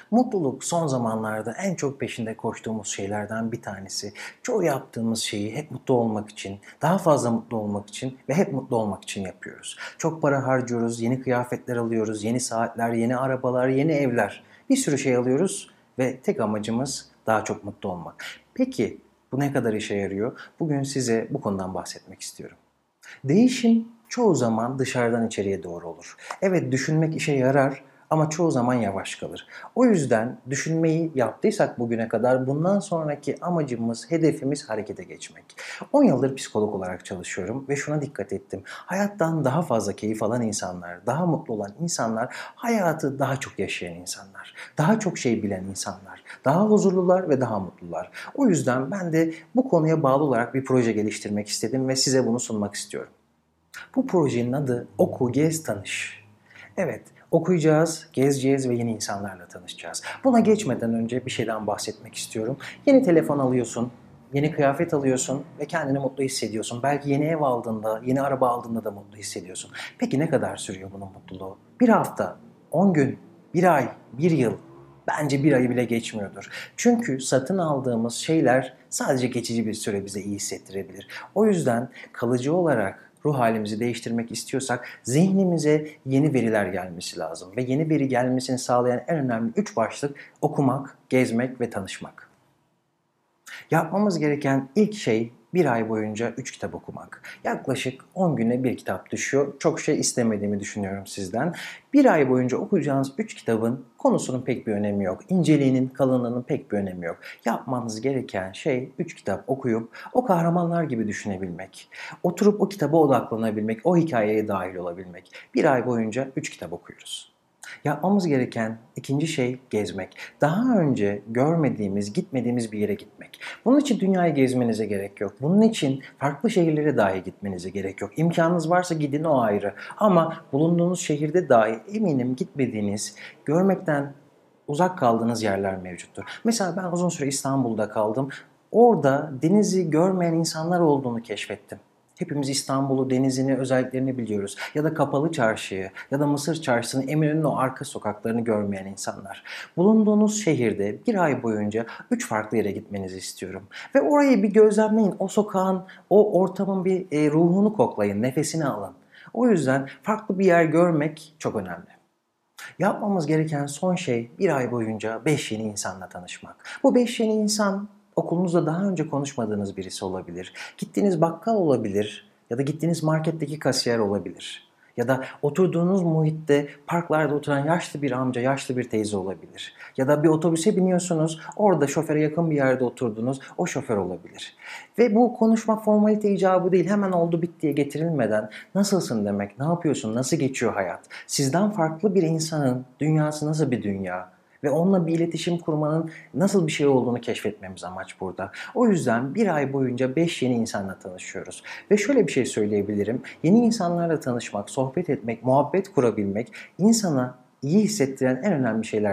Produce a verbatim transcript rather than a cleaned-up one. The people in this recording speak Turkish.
Mutluluk son zamanlarda en çok peşinde koştuğumuz şeylerden bir tanesi. Çoğu yaptığımız şeyi hep mutlu olmak için, daha fazla mutlu olmak için ve hep mutlu olmak için yapıyoruz. Çok para harcıyoruz, yeni kıyafetler alıyoruz, yeni saatler, yeni arabalar, yeni evler. Bir sürü şey alıyoruz ve tek amacımız daha çok mutlu olmak. Peki bu ne kadar işe yarıyor? Bugün size bu konudan bahsetmek istiyorum. Değişim çoğu zaman dışarıdan içeriye doğru olur. Evet, düşünmek işe yarar ama çoğu zaman yavaş kalır. O yüzden düşünmeyi yaptıysak bugüne kadar bundan sonraki amacımız, hedefimiz harekete geçmek. on yıldır psikolog olarak çalışıyorum ve şuna dikkat ettim. Hayattan daha fazla keyif alan insanlar, daha mutlu olan insanlar, hayatı daha çok yaşayan insanlar, daha çok şey bilen insanlar, daha huzurlular ve daha mutlular. O yüzden ben de bu konuya bağlı olarak bir proje geliştirmek istedim ve size bunu sunmak istiyorum. Bu projenin adı Oku, Gez, Tanış. Evet, okuyacağız, gezeceğiz ve yeni insanlarla tanışacağız. Buna geçmeden önce bir şeyden bahsetmek istiyorum. Yeni telefon alıyorsun, yeni kıyafet alıyorsun ve kendini mutlu hissediyorsun. Belki yeni ev aldığında, yeni araba aldığında da mutlu hissediyorsun. Peki ne kadar sürüyor bunun mutluluğu? Bir hafta, on gün, bir ay, bir yıl. Bence bir ayı bile geçmiyordur. Çünkü satın aldığımız şeyler sadece geçici bir süre bize iyi hissettirebilir. O yüzden kalıcı olarak ruh halimizi değiştirmek istiyorsak zihnimize yeni veriler gelmesi lazım. Ve yeni veri gelmesini sağlayan en önemli üç başlık okumak, gezmek ve tanışmak. Yapmamız gereken ilk şey bir ay boyunca üç kitap okumak. Yaklaşık on güne bir kitap düşüyor. Çok şey istemediğimi düşünüyorum sizden. Bir ay boyunca okuyacağınız üç kitabın konusunun pek bir önemi yok. İnceliğinin, kalınlığının pek bir önemi yok. Yapmanız gereken şey üç kitap okuyup o kahramanlar gibi düşünebilmek. Oturup o kitaba odaklanabilmek, o hikayeye dahil olabilmek. Bir ay boyunca üç kitap okuyoruz. Yapmamız gereken ikinci şey gezmek. Daha önce görmediğimiz, gitmediğimiz bir yere gitmek. Bunun için dünyayı gezmenize gerek yok. Bunun için farklı şehirlere dahi gitmenize gerek yok. İmkanınız varsa gidin, o ayrı. Ama bulunduğunuz şehirde dahi eminim gitmediğiniz, görmekten uzak kaldığınız yerler mevcuttur. Mesela ben uzun süre İstanbul'da kaldım. Orada denizi görmeyen insanlar olduğunu keşfettim. Hepimiz İstanbul'u, denizini, özelliklerini biliyoruz. Ya da Kapalı Çarşı'yı ya da Mısır Çarşısı'nı, Eminönü'nün o arka sokaklarını görmeyen insanlar. Bulunduğunuz şehirde bir ay boyunca üç farklı yere gitmenizi istiyorum. Ve orayı bir gözlemleyin. O sokağın, o ortamın bir e, ruhunu koklayın, nefesini alın. O yüzden farklı bir yer görmek çok önemli. Yapmamız gereken son şey bir ay boyunca beş yeni insanla tanışmak. Bu beş yeni insan okulunuzda daha önce konuşmadığınız birisi olabilir. Gittiğiniz bakkal olabilir ya da gittiğiniz marketteki kasiyer olabilir. Ya da oturduğunuz muhitte parklarda oturan yaşlı bir amca, yaşlı bir teyze olabilir. Ya da bir otobüse biniyorsunuz, orada şoföre yakın bir yerde oturdunuz, o şoför olabilir. Ve bu konuşma formalite icabı değil, hemen oldu bittiye getirilmeden nasılsın demek, ne yapıyorsun, nasıl geçiyor hayat? Sizden farklı bir insanın dünyası nasıl bir dünya? Ve onunla bir iletişim kurmanın nasıl bir şey olduğunu keşfetmemiz amaç burada. O yüzden bir ay boyunca beş yeni insanla tanışıyoruz. Ve şöyle bir şey söyleyebilirim. Yeni insanlarla tanışmak, sohbet etmek, muhabbet kurabilmek insana iyi hissettiren en önemli şeyler.